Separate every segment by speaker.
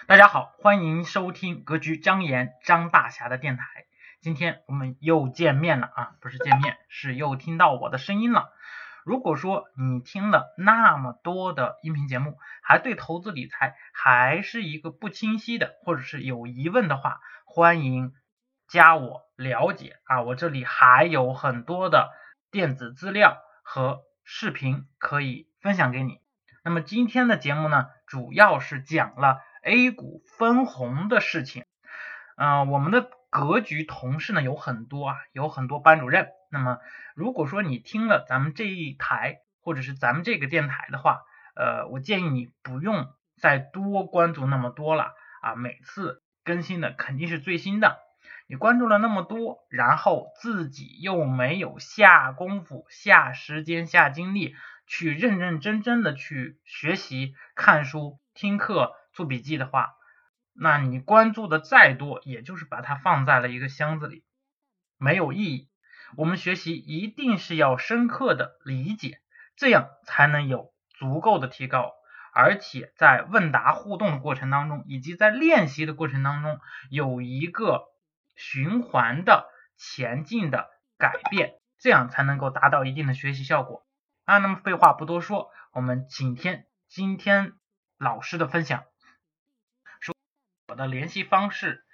Speaker 1: 大家好，欢迎收听格局张岩张大侠的电台。今天我们又见面了啊，不是见面，是又听到我的声音了。如果说你听了那么多的音频节目，还对投资理财还是一个不清晰的，或者是有疑问的话，欢迎加我了解啊，我这里还有很多的电子资料和视频可以分享给你。那么今天的节目呢，主要是讲了 A 股分红的事情。我们的格局同事呢有很多啊，有很多班主任。那么如果说你听了咱们这一台或者是咱们这个电台的话，我建议你不用再多关注那么多了啊，每次更新的肯定是最新的。你关注了那么多，然后自己又没有下功夫、下时间、下精力去认认真真的去学习、看书、听课、做笔记的话，那你关注的再多，也就是把它放在了一个箱子里，没有意义。我们学习一定是要深刻的理解，这样才能有足够的提高。而且在问答互动的过程当中，以及在练习的过程当中，有一个循环的前进的改变，这样才能够达到一定的学习效果啊。那么废话不多说，我们请听今天老师的分享。我的联系方式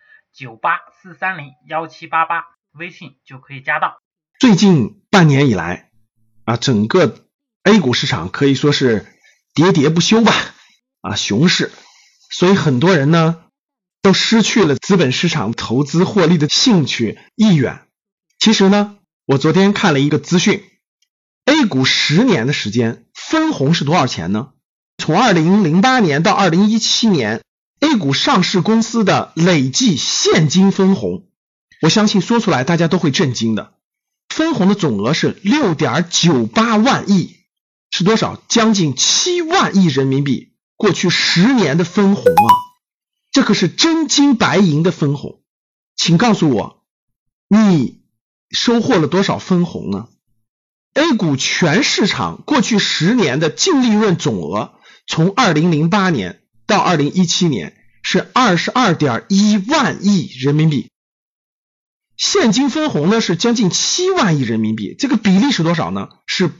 Speaker 1: 984301788，微信就可以加到。
Speaker 2: 最近半年以来啊，整个 A 股市场可以说是喋喋不休吧啊，熊市，所以很多人呢都失去了资本市场投资获利的兴趣意愿。其实呢，我昨天看了一个资讯， A 股10年的时间分红是多少钱呢？从2008年到2017年 A 股上市公司的累计现金分红，我相信说出来大家都会震惊的。分红的总额是 6.98 万亿，是多少？将近7万亿人民币。过去10年的分红啊，这可是真金白银的分红。请告诉我，你收获了多少分红呢？ A 股全市场过去10年的净利润总额，从2008年到2017年是 22.1 万亿人民币。现金分红呢是将近7万亿人民币，这个比例是多少呢？是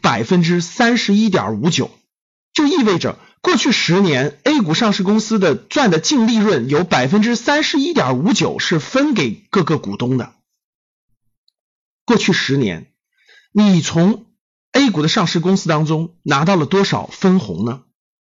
Speaker 2: 31.59%。 就意味着过去10年 A 股上市公司的赚的净利润有 31.59% 是分给各个股东的。过去10年你从 A 股的上市公司当中拿到了多少分红呢？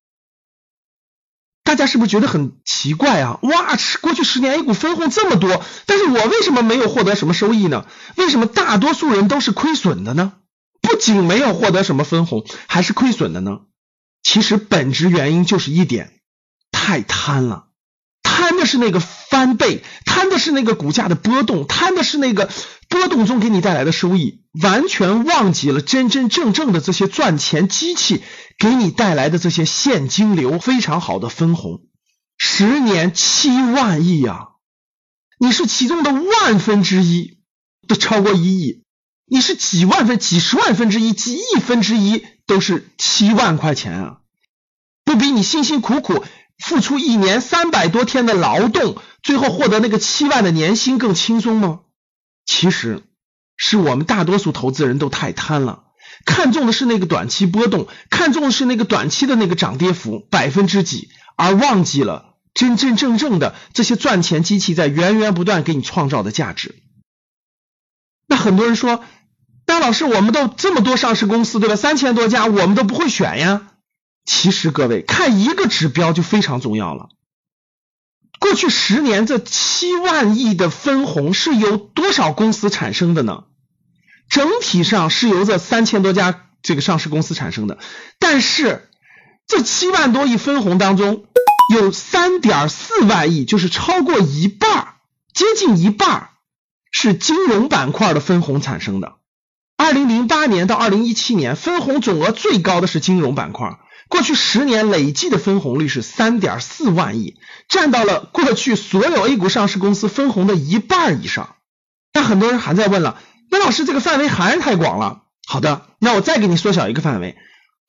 Speaker 2: 大家是不是觉得很奇怪啊？哇，过去10年 A 股分红这么多，但是我为什么没有获得什么收益呢？为什么大多数人都是亏损的呢？不仅没有获得什么分红，还是亏损的呢？其实本质原因就是一点，太贪了。贪的是那个翻倍，贪的是那个股价的波动，贪的是那个波动中给你带来的收益，完全忘记了真真正正的这些赚钱机器给你带来的这些现金流非常好的分红。10年7万亿啊，你是其中的万分之一，都超过1亿，你是几万分、几十万分之一、几亿分之一，都是7万块钱啊，不比你辛辛苦苦付出1年300多天的劳动，最后获得那个7万的年薪更轻松吗？其实是我们大多数投资人都太贪了，看重的是那个短期波动，看重的是那个短期的那个涨跌幅百分之几，而忘记了真真正正的这些赚钱机器在源源不断给你创造的价值。那很多人说，那老师我们都这么多上市公司对吧，3000多家，我们都不会选呀。其实各位看一个指标就非常重要了。过去10年这7万亿的分红是由多少公司产生的呢？整体上是由这3000多家这个上市公司产生的，但是这7万多亿分红当中有 3.4 万亿，就是超过一半，接近一半是金融板块的分红产生的。2008年到2017年分红总额最高的是金融板块，过去10年累计的分红率是 3.4 万亿，占到了过去所有 A 股上市公司分红的一半以上。那很多人还在问了，那老师这个范围还是太广了。好的，那我再给你缩小一个范围。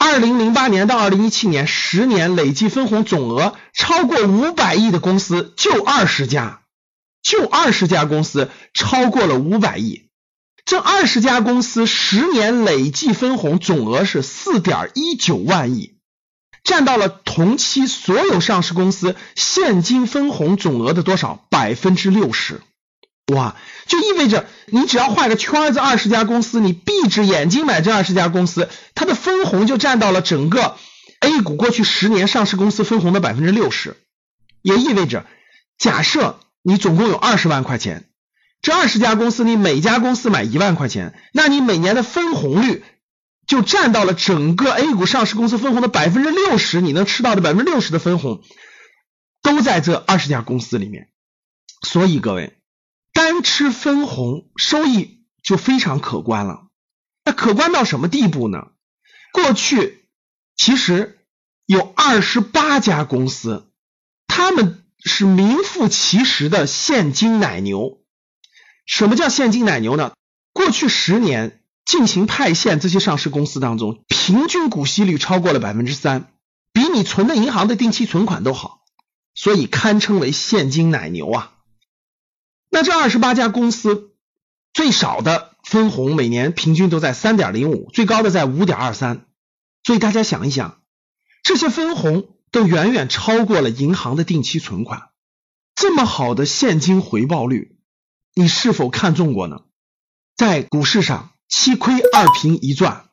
Speaker 2: 2008年到2017年10年累计分红总额超过500亿的公司就20家，就20家公司超过了500亿。这20家公司10年累计分红总额是 4.19 万亿，占到了同期所有上市公司现金分红总额的多少？ 60%。哇，就意味着你只要画个圈子，20家公司，你闭着眼睛买这20家公司，它的分红就占到了整个 A 股过去10年上市公司分红的 60%。 也意味着假设你总共有20万块钱，这20家公司你每家公司买1万块钱，那你每年的分红率就占到了整个 A 股上市公司分红的 60%， 你能吃到的 60% 的分红都在这20家公司里面。所以各位，单吃分红收益就非常可观了。那可观到什么地步呢？过去其实有28家公司，他们是名副其实的现金奶牛。什么叫现金奶牛呢？过去10年进行派现这些上市公司当中，平均股息率超过了 3%， 比你存的银行的定期存款都好，所以堪称为现金奶牛啊。那这28家公司最少的分红每年平均都在 3.05， 最高的在 5.23， 所以大家想一想，这些分红都远远超过了银行的定期存款。这么好的现金回报率，你是否看中过呢？在股市上7亏2平1赚，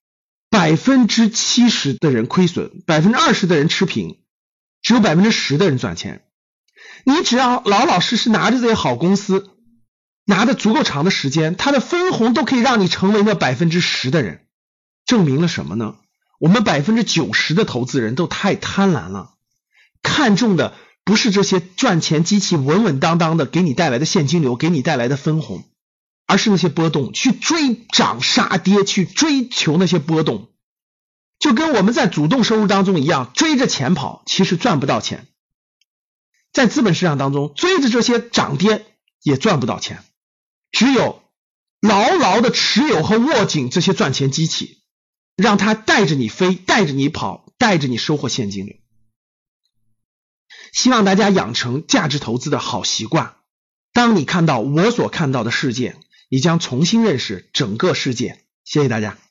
Speaker 2: 70% 的人亏损， 20% 的人持平，只有 10% 的人赚钱。你只要老老实实拿着这些好公司，拿着足够长的时间，它的分红都可以让你成为那 10% 的人。证明了什么呢？我们 90% 的投资人都太贪婪了，看重的不是这些赚钱机器稳稳当当的给你带来的现金流，给你带来的分红，而是那些波动，去追涨杀跌，去追求那些波动。就跟我们在主动收入当中一样，追着钱跑，其实赚不到钱。在资本市场当中，追着这些涨跌也赚不到钱，只有牢牢的持有和握紧这些赚钱机器，让它带着你飞，带着你跑，带着你收获现金流。希望大家养成价值投资的好习惯，当你看到我所看到的世界，你将重新认识整个世界。谢谢大家。